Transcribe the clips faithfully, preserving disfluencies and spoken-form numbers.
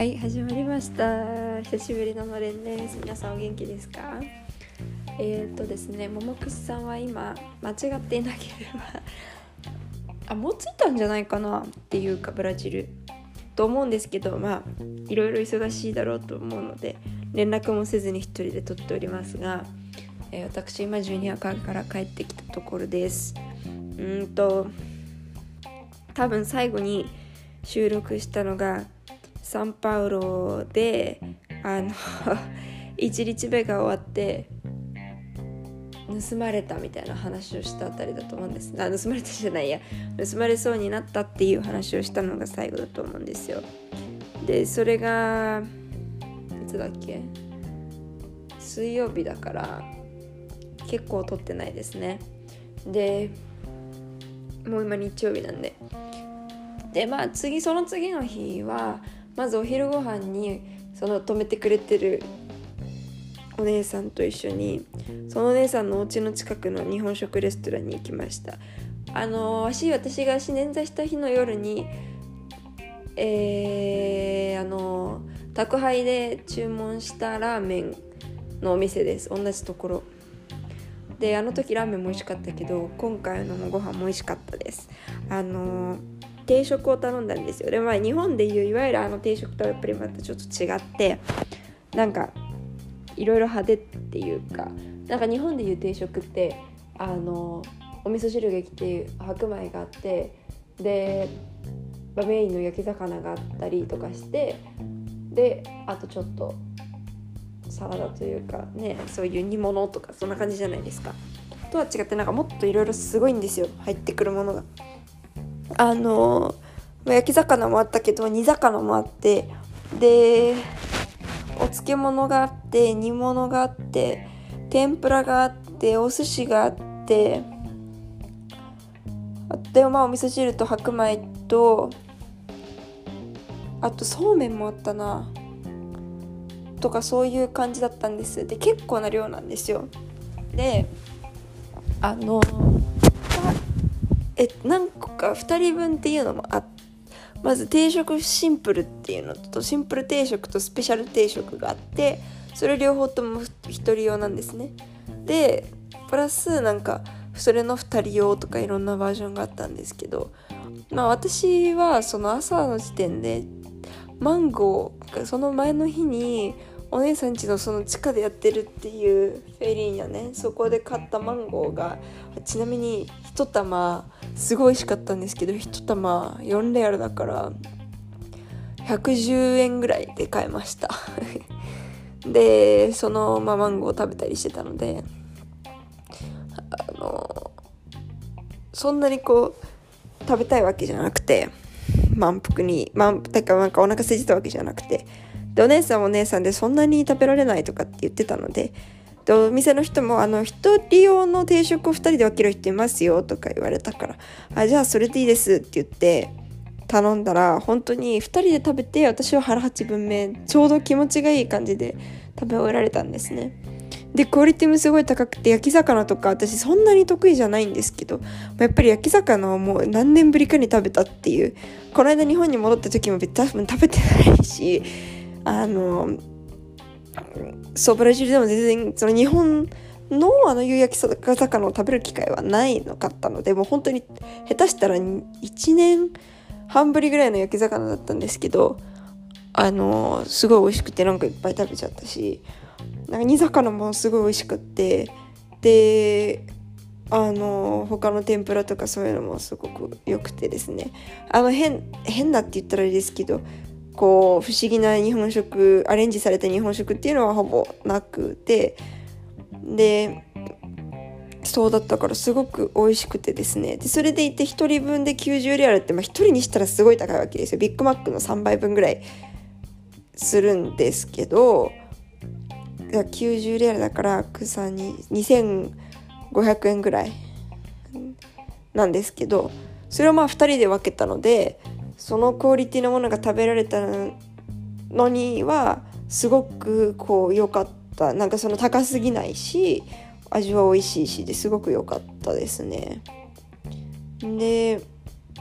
はい、始まりました。久しぶりののれんです。皆さんお元気ですか？えー、っとですね、ももくしさんは今間違っていなければあ、もう着いたんじゃないかなっていうかブラジルと思うんですけど、まあいろいろ忙しいだろうと思うので連絡もせずに一人で撮っておりますが、えー、私今ジュニアカから帰ってきたところです。うーんと多分最後に収録したのがサンパウロであのいちにちめが終わって盗まれたみたいな話をしたあたりだと思うんです。あ、盗まれたじゃないや盗まれそうになったっていう話をしたのが最後だと思うんですよ。でそれがいつだっけ、水曜日だから結構撮ってないですね。でもう今日曜日なんででまあ次その次の日はまずお昼ご飯にその泊めてくれてるお姉さんと一緒にそのお姉さんのお家の近くの日本食レストランに行きました。あの私私が捻挫した日の夜にえー、あの宅配で注文したラーメンのお店です。同じところで、あの時ラーメンも美味しかったけど今回のご飯も美味しかったです。あの定食を頼んだんですよ。で、まあ、日本でいういわゆるあの定食とはやっぱりまたちょっと違ってなんかいろいろ派手っていうか、なんか日本でいう定食ってあのお味噌汁が来て白米があってでメインの焼き魚があったりとかしてであとちょっとサラダというかね、そういう煮物とかそんな感じじゃないですか。とは違ってなんかもっといろいろすごいんですよ、入ってくるものが。あの焼き魚もあったけど煮魚もあってでお漬物があって煮物があって天ぷらがあってお寿司があってでまあお味噌汁と白米とあとそうめんもあったなとかそういう感じだったんです。で結構な量なんですよ。であのえ何個かふたりぶんっていうのもあって、まず定食シンプルっていうのとシンプル定食とスペシャル定食があってそれ両方ともひとり用なんですね。でプラスなんかそれのふたり用とかいろんなバージョンがあったんですけど、まあ私はその朝の時点でマンゴーがその前の日にお姉さん家のその地下でやってるっていうフェリーニャね、そこで買ったマンゴーがちなみに一玉すごい美味しかったんですけど一玉よんレアルだからひゃくじゅうえんぐらいで買えましたでその、まあ、マンゴーを食べたりしてたのであのそんなにこう食べたいわけじゃなくて満腹に満だからなんかお腹空いてたわけじゃなくてでお姉さんもお姉さんでそんなに食べられないとかって言ってたのででお店の人もあの一人用の定食をふたりで分ける人いますよとか言われたからあじゃあそれでいいですって言って頼んだら本当にふたりで食べて私は腹はちぶんめちょうど気持ちがいい感じで食べ終えられたんですね。でクオリティもすごい高くて焼き魚とか私そんなに得意じゃないんですけどやっぱり焼き魚をもう何年ぶりかに食べたっていうこの間日本に戻った時も多分食べてないしあのそうブラジルでも全然その日本のあの夕焼き魚を食べる機会はないのかったのでもう本当に下手したらいちねんはんぶりぐらいの焼き魚だったんですけどあのすごい美味しくてなんかいっぱい食べちゃったしなんか煮魚もすごい美味しくってであの他の天ぷらとかそういうのもすごく良くてですねあの変変だって言ったらあれですけどこう不思議な日本食アレンジされた日本食っていうのはほぼなくてでそうだったからすごく美味しくてですねでそれでいてひとりぶんできゅうじゅうレアルって、まあ、ひとりにしたらすごい高いわけですよ。ビッグマックのさんばいぶんぐらいするんですけどきゅうじゅうレアルだから草ににせんごひゃくえんぐらいなんですけどそれをまあふたりで分けたのでそのクオリティのものが食べられたのにはすごくこう良かった。なんかその高すぎないし味は美味しいしですごく良かったですね。で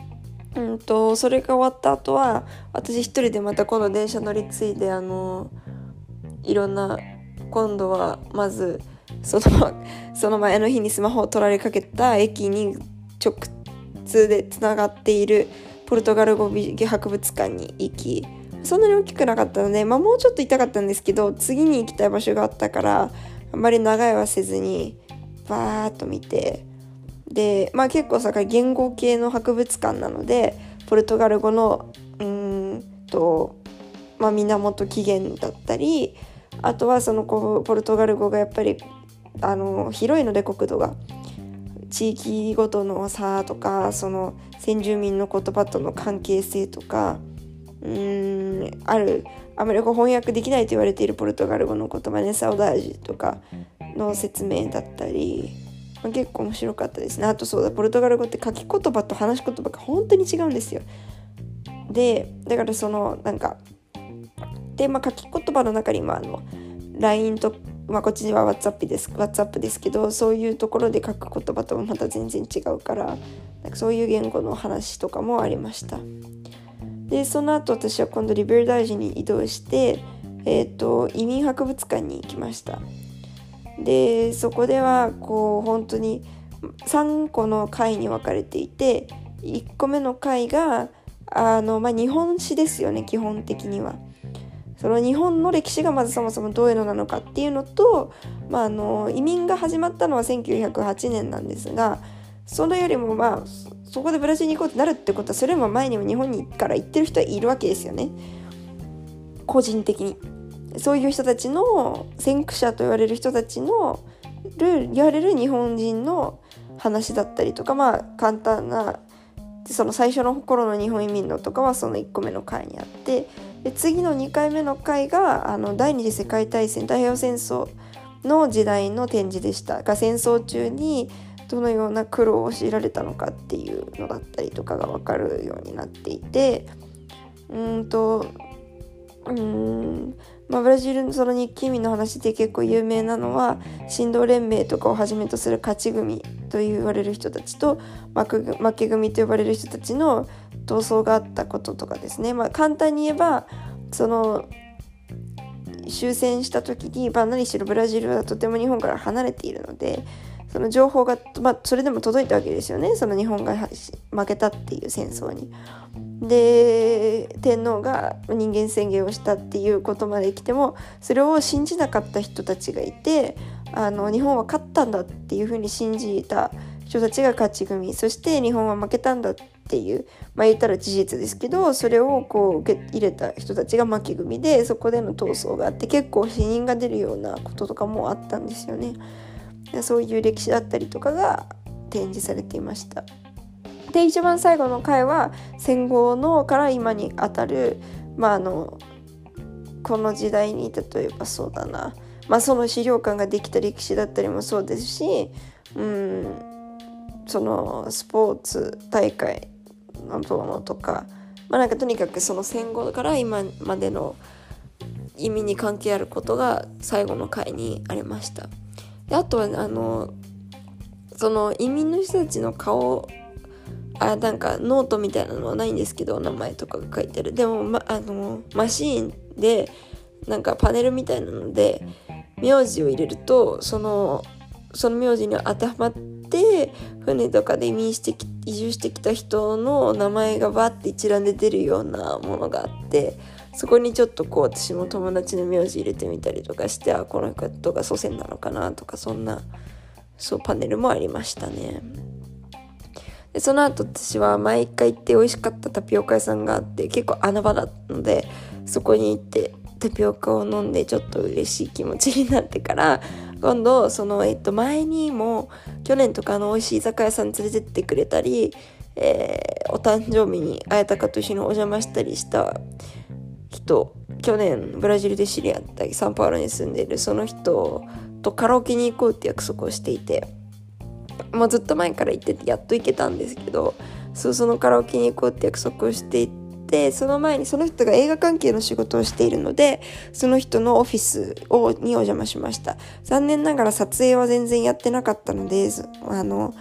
うんとそれが終わった後は私一人でまた今度電車乗り継いで、あのいろんな、今度はまずそのその前の日にスマホを取られかけた駅に直通でつながっているポルトガル語美博物館に行き、そんなに大きくなかったので、まあ、もうちょっと痛かったんですけど、次に行きたい場所があったからあんまり長いはせずにバーッと見て、で、まあ、結構さ言語系の博物館なのでポルトガル語のうーんと、まあ、源起源だったり、あとはそのポルトガル語がやっぱりあの広いので、国土が地域ごとの差とか、その先住民の言葉との関係性とか、うーんあるあまりこう翻訳できないと言われているポルトガル語の言葉ね、サウダージとかの説明だったり、まあ、結構面白かったですね。あとそうだ、ポルトガル語って書き言葉と話し言葉が本当に違うんですよ。でだからそのなんかで、まあ、書き言葉の中にもあの ライン と、まあ、こっちは WhatsApp です WhatsApp ですけど、そういうところで書く言葉ともまた全然違うから、なんかそういう言語の話とかもありました。でその後私は今度リベルダージに移動して、えーと、移民博物館に行きました。でそこではこう本当にさんこの階に分かれていて、いっこめの階があの、まあ、日本史ですよね。基本的にはその日本の歴史がまずそもそもどういうのなのかっていうのと、まあ、あの移民が始まったのはせんきゅうひゃくはちねんなんですが、それよりもまあそこでブラジルに行こうってなるってことは、それよりも前にも日本にから行ってる人はいるわけですよね。個人的にそういう人たちの先駆者と言われる人たちの言われる日本人の話だったりとか、まあ簡単なその最初の頃の日本移民のとかはそのいっこめの回にあって、で次のにかいめの回があの第二次世界大戦太平洋戦争の時代の展示でしたが、戦争中にどのような苦労を強いられたのかっていうのだったりとかが分かるようになっていて、うーんとうーんまあ、ブラジルのその日記移民の話で結構有名なのは、神道連盟とかをはじめとする勝ち組と言われる人たちと負け組と呼ばれる人たちの闘争があったこととかですね。まあ、簡単に言えばその終戦した時に、まあ、何しろブラジルはとても日本から離れているので、その情報が、まあ、それでも届いたわけですよね。その日本が負けたっていう戦争に。で天皇が人間宣言をしたっていうことまで来ても、それを信じなかった人たちがいて、あの日本は勝ったんだっていうふうに信じた人たちが勝ち組、そして日本は負けたんだっていう、まあ言ったら事実ですけど、それをこう受け入れた人たちが負け組で、そこでの闘争があって結構死人が出るようなこととかもあったんですよね。そういう歴史だったりとかが展示されていました。で一番最後の回は戦後のから今にあたる、まああのこの時代に例えばそうだな、まあその資料館ができた歴史だったりもそうですし、うんそのスポーツ大会のどうのとか、まあなんかとにかくその戦後から今までの意味に関係あることが最後の回にありました。であとはあのその移民の人たちの顔、あなんかノートみたいなのはないんですけど、名前とかが書いてある。でも、ま、あのマシーンでなんかパネルみたいなので名字を入れると、そのその名字に当てはまって船とかで移民してき移住してきた人の名前がバッて一覧で出るようなものがあって、そこにちょっとこう私も友達の名字入れてみたりとかして、あこの人が祖先なのかなとか、そんなそうパネルもありましたね。でその後私は毎回行って美味しかったタピオカ屋さんがあって、結構穴場だったのでそこに行ってタピオカを飲んでちょっと嬉しい気持ちになってから、今度その、えっと、前にも去年とかの美味しい居酒屋さん連れてってくれたり、えー、お誕生日に綾鷹と一緒にお邪魔したりした人、去年ブラジルで知り合ったサンパウロに住んでいるその人とカラオケに行こうって約束をしていて、もうずっと前から行っててやっと行けたんですけど、そうそのカラオケに行こうって約束をしていて、その前にその人が映画関係の仕事をしているので、その人のオフィスをにお邪魔しました。残念ながら撮影は全然やってなかったので、あの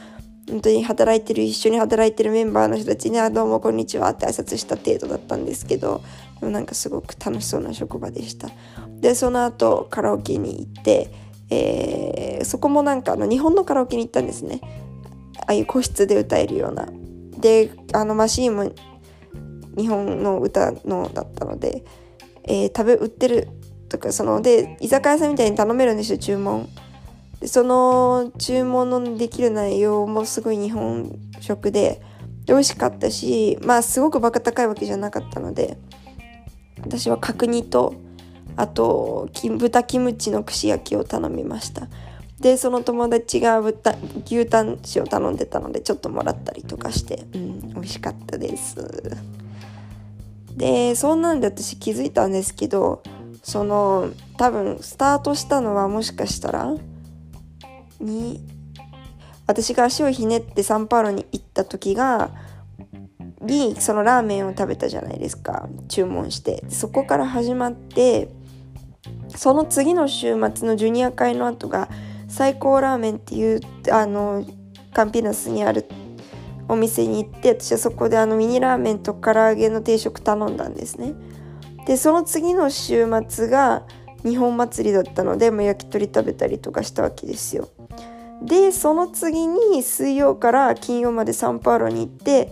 本当に働いてる一緒に働いてるメンバーの人たちに「あどうもこんにちは」って挨拶した程度だったんですけど、でもなんかすごく楽しそうな職場でした。でその後カラオケに行って、えー、そこもなんかあの日本のカラオケに行ったんですね。ああいう個室で歌えるような。であのマシーンも日本の歌のだったので、えー、食べ売ってるとかそので居酒屋さんみたいに頼めるんですよ、注文で。その注文のできる内容もすごい日本食で、で美味しかったし、まあすごくバカ高いわけじゃなかったので、私は角煮とあと豚キムチの串焼きを頼みました。でその友達が豚牛タン塩頼んでたのでちょっともらったりとかして、うん、美味しかったです。でそんなんで私気づいたんですけど、その多分スタートしたのはもしかしたらに私が足をひねってサンパウロに行った時がにそのラーメンを食べたじゃないですか、注文して。そこから始まって、その次の週末のジュニア会の後が最高ラーメンっていうあのカンピナスにあるお店に行って、私はそこであのミニラーメンと唐揚げの定食頼んだんですね。でその次の週末が日本祭りだったので、もう焼き鳥食べたりとかしたわけですよ。でその次に水曜から金曜までサンパウロに行って、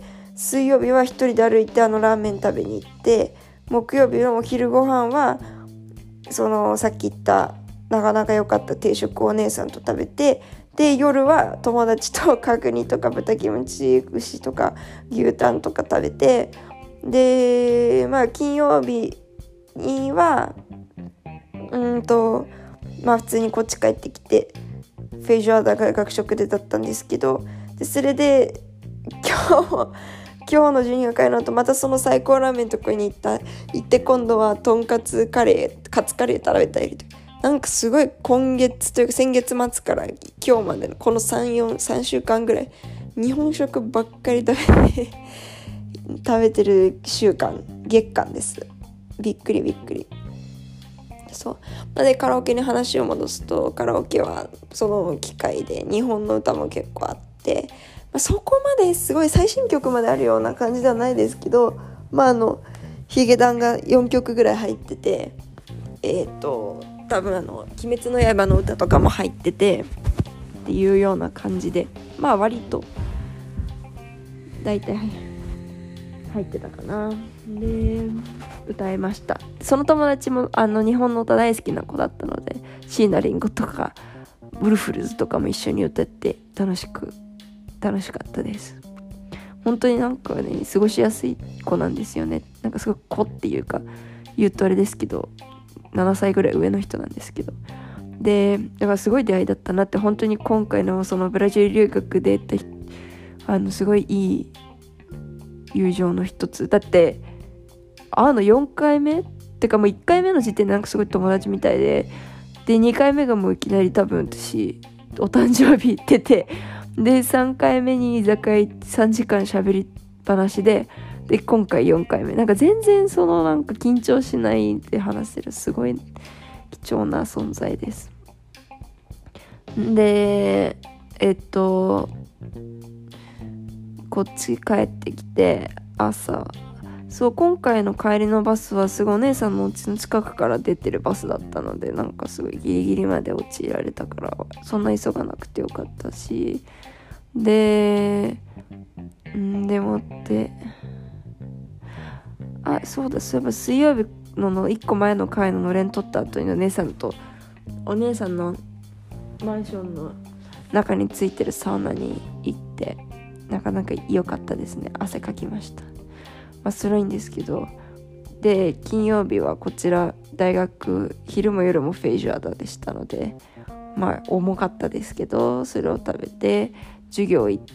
水曜日は一人で歩いてあのラーメン食べに行って、木曜日のお昼ご飯はそのさっき言ったなかなか良かった定食をお姉さんと食べて、で夜は友達と角煮とか豚キムチ串とか牛タンとか食べて、でまあ金曜日にはうんとまあ普通にこっち帰ってきてフェイジョアダが学食でだったんですけど、でそれで今日今日のジュニア会の後またその最高ラーメンのとこに行った行って今度はとんかつカレーカツカレー食べたりとか、なんかすごい今月というか先月末から今日までのこのさん、よん、さんしゅうかんぐらい日本食ばっかり食べて食べてる週間月間です。びっくりびっくり。そうでカラオケに話を戻すと、カラオケはその機会で日本の歌も結構あって、まあ、そこまですごい最新曲まであるような感じではないですけど、まああのヒゲダンがよんきょくぐらい入ってて、えっ、ー、と多分あの鬼滅の刃の歌とかも入っててっていうような感じで、まあ割と大体入ってたかな。で歌いました。その友達もあの日本の歌大好きな子だったので、椎名林檎とかウルフルズとかも一緒に歌って楽しく楽しかったです。本当になんかね過ごしやすい子なんですよね。なんかすごく子っていうか言うとあれですけどななさいぐらい上の人なんですけど、でだからすごい出会いだったなって、本当に今回のそのブラジル留学で得たあのすごいいい友情の一つだって、会うのよんかいめってかもういっかいめの時点でなんかすごい友達みたいで、でにかいめがもういきなり多分私お誕生日行ってて、でさんかいめに居酒屋行ってさんじかん喋りっぱなしで、で今回よんかいめなんか全然そのなんか緊張しないで話せるすごい貴重な存在です。でえっとこっち帰ってきて朝、そう今回の帰りのバスはすごいお姉さんのお家の近くから出てるバスだったので、なんかすごいギリギリまで陥られたからそんな急がなくてよかったし、でんでもってあそうだそういえば水曜日ののいっこまえの回ののれん取った後にお姉さんとお姉さんのマンションの中についてるサウナに行ってなかなか良かったですね。汗かきました。まあそれはいいんですけど、で金曜日はこちら大学昼も夜もフェイジュアダでしたので、まあ重かったですけどそれを食べて授業行って、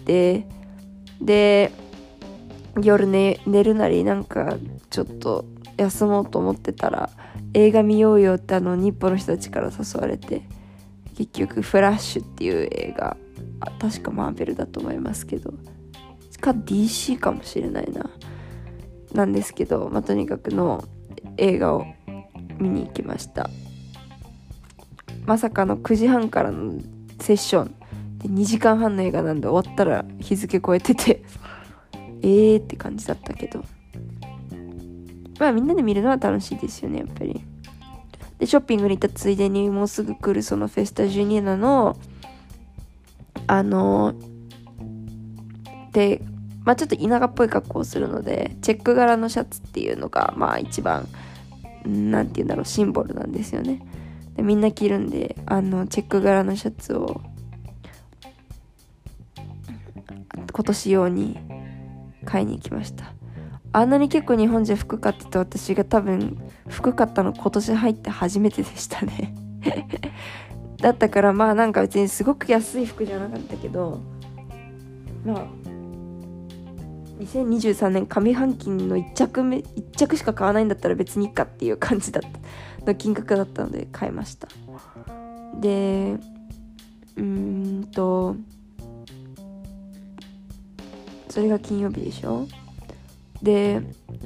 で夜、ね、寝るなりなんかちょっと休もうと思ってたら映画見ようよってあの日本の人たちから誘われて、結局フラッシュっていう映画、確かマーベルだと思いますけどか ディーシー かもしれないななんですけど、まあ、とにかくの映画を見に行きました。まさかのくじはんからのセッションでにじかんはんの映画なんで終わったら日付超えててえーって感じだったけど、まあみんなで見るのは楽しいですよねやっぱり。でショッピングに行ったついでにもうすぐ来るそのフェスタジュニーナのあのでまあちょっと田舎っぽい格好をするのでチェック柄のシャツっていうのがまあ一番なんていうんだろうシンボルなんですよね。でみんな着るんであのチェック柄のシャツを今年用に買いに行きました。あんなに結構日本じゃ服買ってて私が多分服買ったの今年入って初めてでしたねだったからまあなんか別にすごく安い服じゃなかったけどまあにせんにじゅうさんねん上半期のいっ着目いっ着しか買わないんだったら別にいいかっていう感じだったの金額だったので買いました。でうーんとそれが金曜日でしょ。で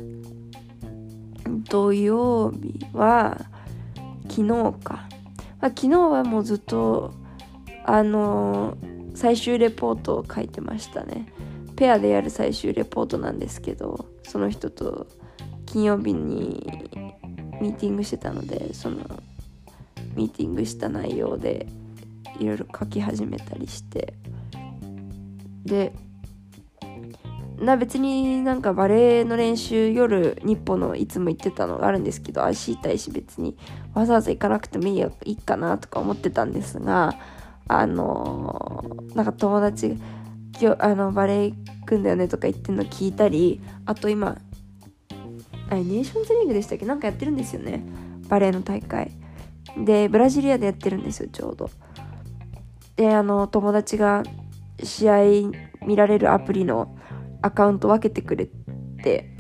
土曜日は昨日か、まあ、昨日はもうずっとあのー、最終レポートを書いてましたね。ペアでやる最終レポートなんですけどその人と金曜日にミーティングしてたのでそのミーティングした内容でいろいろ書き始めたりしてでな別になんかバレエの練習夜日本のいつも行ってたのがあるんですけど足痛いし別にわざわざ行かなくてもいいよいいかなとか思ってたんですがあのー、なんか友達が今日あのバレエ行くんだよねとか言ってるの聞いたりあと今あれネーションズリーグでしたっけなんかやってるんですよねバレエの大会でブラジリアでやってるんですよちょうど。であの友達が試合見られるアプリのアカウント分けてくれて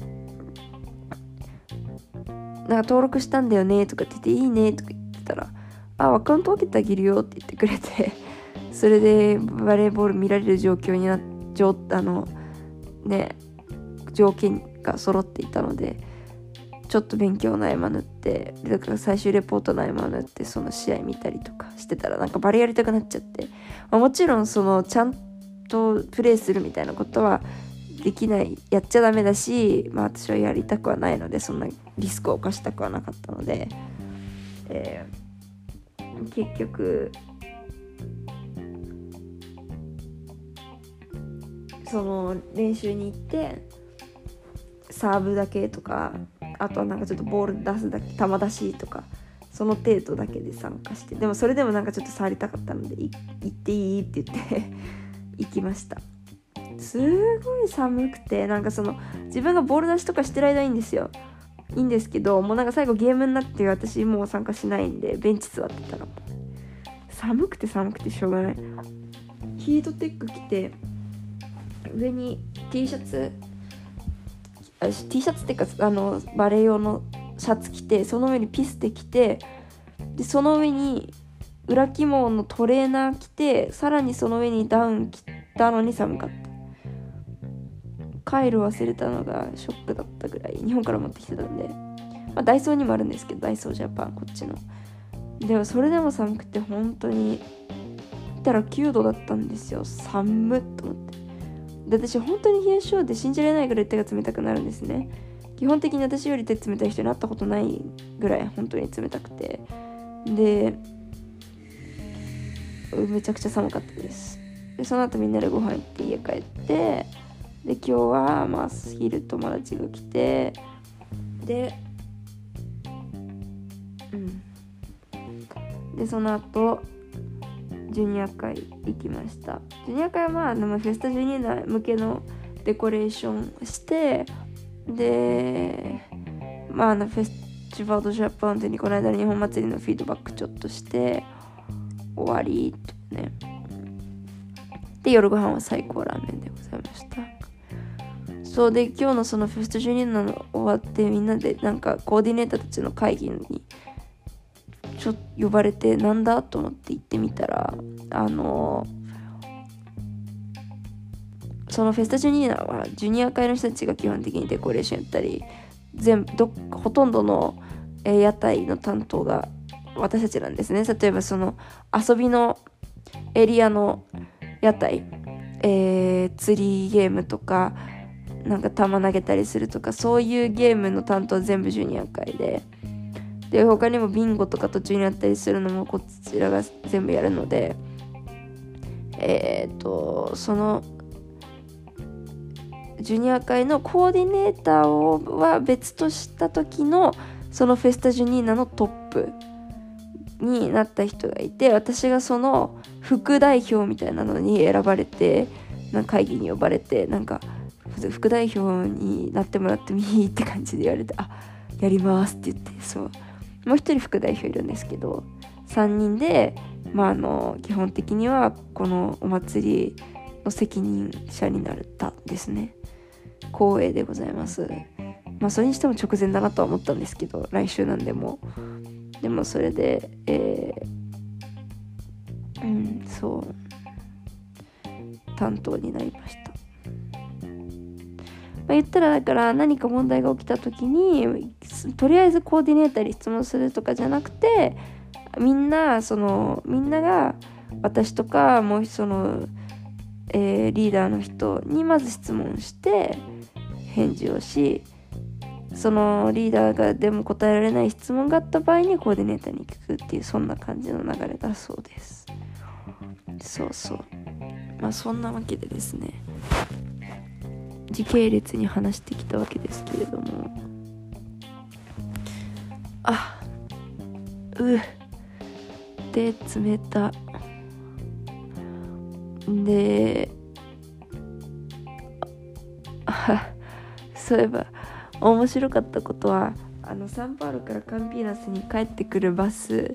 なんか登録したんだよねとかって言っていいねとか言ってたらあアカウント分けてあげるよって言ってくれてそれでバレーボール見られる状況になっあのね条件が揃っていたのでちょっと勉強の合間縫ってだから最終レポートの合間縫ってその試合見たりとかしてたらなんかバレーやりたくなっちゃって、まあ、もちろんそのちゃんとプレーするみたいなことはできないやっちゃダメだし、まあ、私はやりたくはないのでそんなリスクを冒したくはなかったので、えー、結局その練習に行ってサーブだけとかあとはなんかちょっとボール出すだけ球出しとかその程度だけで参加してでもそれでもなんかちょっと触りたかったので行っていいって言って行きました。すごい寒くてなんかその自分がボール出しとかしてる間はいいんですよいいんですけどもうなんか最後ゲームになって私もう参加しないんでベンチ座ってたらもう寒くて寒くてしょうがない。ヒートテック着て上に T シャツT シャツっていうかあのバレエ用のシャツ着てその上にピステ着てでその上に裏起毛のトレーナー着てさらにその上にダウン着たのに寒かった。カイロ忘れたのがショックだったぐらい日本から持ってきてたんで、まあ、ダイソーにもあるんですけどダイソージャパンこっちのでもそれでも寒くて本当に見たらきゅうどだったんですよ。寒っと思ってで私本当に冷え性で信じられないぐらい手が冷たくなるんですね。基本的に私より手冷たい人に会ったことないぐらい本当に冷たくてでめちゃくちゃ寒かったです。でその後みんなでご飯行って家帰ってで今日はまあ昼友達が来てでうんでその後ジュニア会行きました。ジュニア会はまあフェスタジュニア向けのデコレーションしてでまああのフェスティバルドジャパンでにこの間の日本祭りのフィードバックちょっとして終わりってね。で夜ご飯は最高ラーメンでございました。そうで今日のそのフェストジュニアの終わってみんなでなんかコーディネーターたちの会議にちょっと呼ばれてなんだと思って行ってみたらあのそのフェスタジュニアはジュニア会の人たちが基本的にデコレーションやったり全部どほとんどの屋台の担当が私たちなんですね。例えばその遊びのエリアの屋台、えー、釣りゲームとかなんか球投げたりするとか、そういうゲームの担当は全部ジュニア会で、で他にもビンゴとか途中にあったりするのもこちらが全部やるので、えっとそのジュニア会のコーディネーターをは別とした時のそのフェスタジュニーナのトップになった人がいて、私がその副代表みたいなのに選ばれて、なんか会議に呼ばれて、なんか副代表になってもらってもいいって感じで言われて、あ、やりますって言って、そうもう一人副代表いるんですけど、さんにんで、まああの基本的にはこのお祭りの責任者になったんですね。光栄でございます。まあそれにしても直前だなとは思ったんですけど、来週なんでもでもそれでえー、うんそう担当になりました。まあ、言ったらだから何か問題が起きた時にとりあえずコーディネーターに質問するとかじゃなくて、みんなそのみんなが私とかもうその、えー、リーダーの人にまず質問して返事をし、そのリーダーがでも答えられない質問があった場合にコーディネーターに聞くっていう、そんな感じの流れだそうです。そうそう、まあそんなわけでですね、時系列に話してきたわけですけれども、あうで冷たで、あそういえば面白かったことは、あのサンパウロからカンピーナスに帰ってくるバス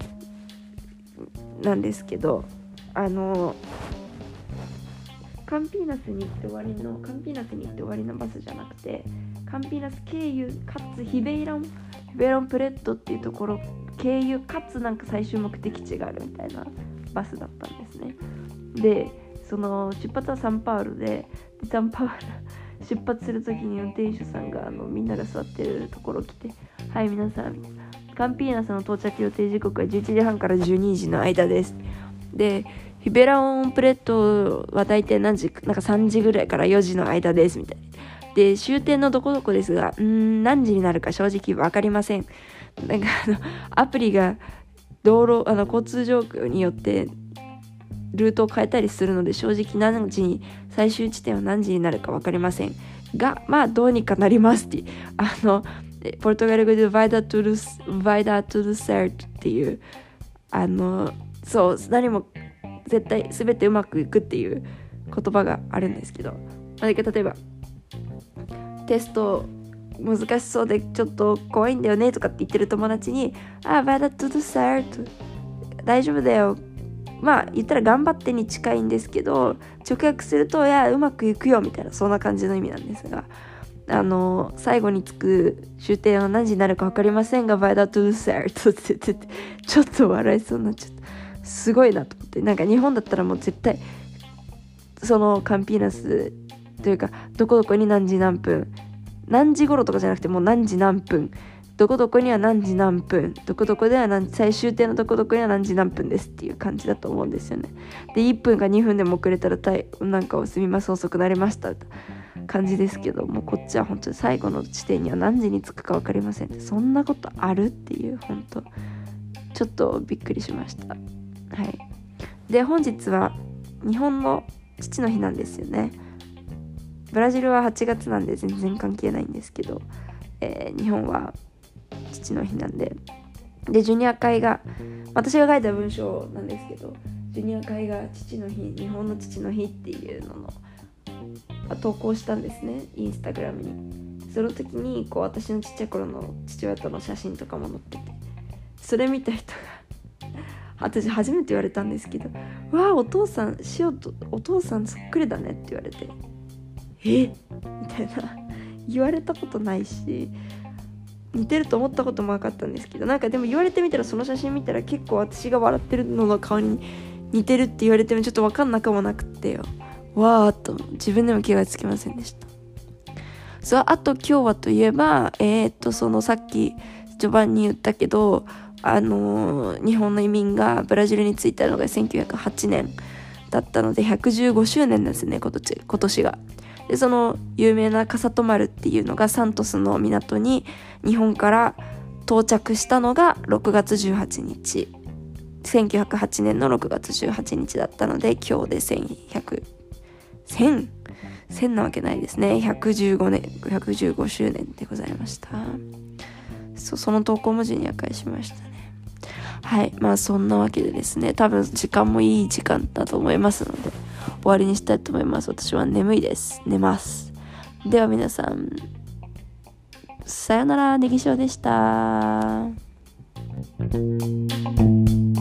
なんですけど、あのカンピーナスに行って終わりのカンピーナスに行って終わりのバスじゃなくて、カンピーナス経由かつヒベイロンヒベイロンプレットっていうところ経由かつなんか最終目的地があるみたいなバスだったんですね。でその出発はサンパウロで、でサンパウロ出発するときに運転手さんがあのみんなが座ってるところ来て、はい皆さんカンピーナスの到着予定時刻はじゅういちじはんからじゅうにじの間です。でヒベラオンプレットは大体何時なんかさんじぐらいからよじの間ですみたいな。で終点のどこどこですが、うーん何時になるか正直分かりません。なんかあのアプリが道路あの交通状況によってルートを変えたりするので、正直何時に最終地点は何時になるか分かりませんが、まあどうにかなりますってあのポルトガル語でバイダトゥルバイダトゥルセルトっていうあのそう何も絶対全てうまくいくっていう言葉があるんですけど、例えばテスト難しそうでちょっと怖いんだよねとかって言ってる友達に、あバイダトゥルセルト大丈夫だよ、まあ言ったら頑張ってに近いんですけど、直訳するといやうまくいくよみたいな、そんな感じの意味なんですが、あの最後に着く終点は何時になるか分かりませんがバイダトゥルセルトって言ってて、ちょっと笑いそうになっちゃった。すごいなと思って、なんか日本だったらもう絶対そのカンピーナスというかどこどこに何時何分何時頃とかじゃなくてもう何時何分どこどこには何時何分どこどこでは何最終点のどこどこには何時何分ですっていう感じだと思うんですよね。でいっぷんかにふんでも遅れたらたいなんかすみません遅くなりました感じですけども、こっちは本当に最後の地点には何時に着くか分かりませんって、そんなことあるっていう、本当ちょっとびっくりしました。はい。で本日は日本の父の日なんですよね。ブラジルははちがつなんで全然関係ないんですけど、えー、日本は父の日なんで、でジュニア会が私が書いた文章なんですけど、ジュニア会が父の日日本の父の日っていうのの投稿したんですね、インスタグラムに。その時にこう私のちっちゃい頃の父親との写真とかも載ってて、それ見た人が私初めて言われたんですけど、わあお父さんシオとお父さんそっくりだねって言われて、えみたいな、言われたことないし似てると思ったこともなかったんですけど、なんかでも言われてみたらその写真見たら結構私が笑ってるのの顔に似てるって言われてもちょっと分かんなくもなくってよ、わーっと自分でも気がつきませんでした。そう、あと今日はといえばえー、っとそのさっき序盤に言ったけど、あのー、日本の移民がブラジルに着いたのがせんきゅうひゃくはちねんだったのでひゃくじゅうごしゅうねんなんですね、今年、今年が。でその有名な笠戸丸っていうのがサントスの港に日本から到着したのがろくがつじゅうはちにち、せんきゅうひゃくはちねんのろくがつじゅうはちにちだったので、今日でせんひゃく、せん、せんなわけないですね。ひゃくじゅうごねん、ひゃくじゅうごしゅうねんでございました。そ, その投稿文字には返しましたね。はい、まあそんなわけでですね、多分時間もいい時間だと思いますので、終わりにしたいと思います。私は眠いです。寝ます。では皆さん、さよなら、ネギ塩でした。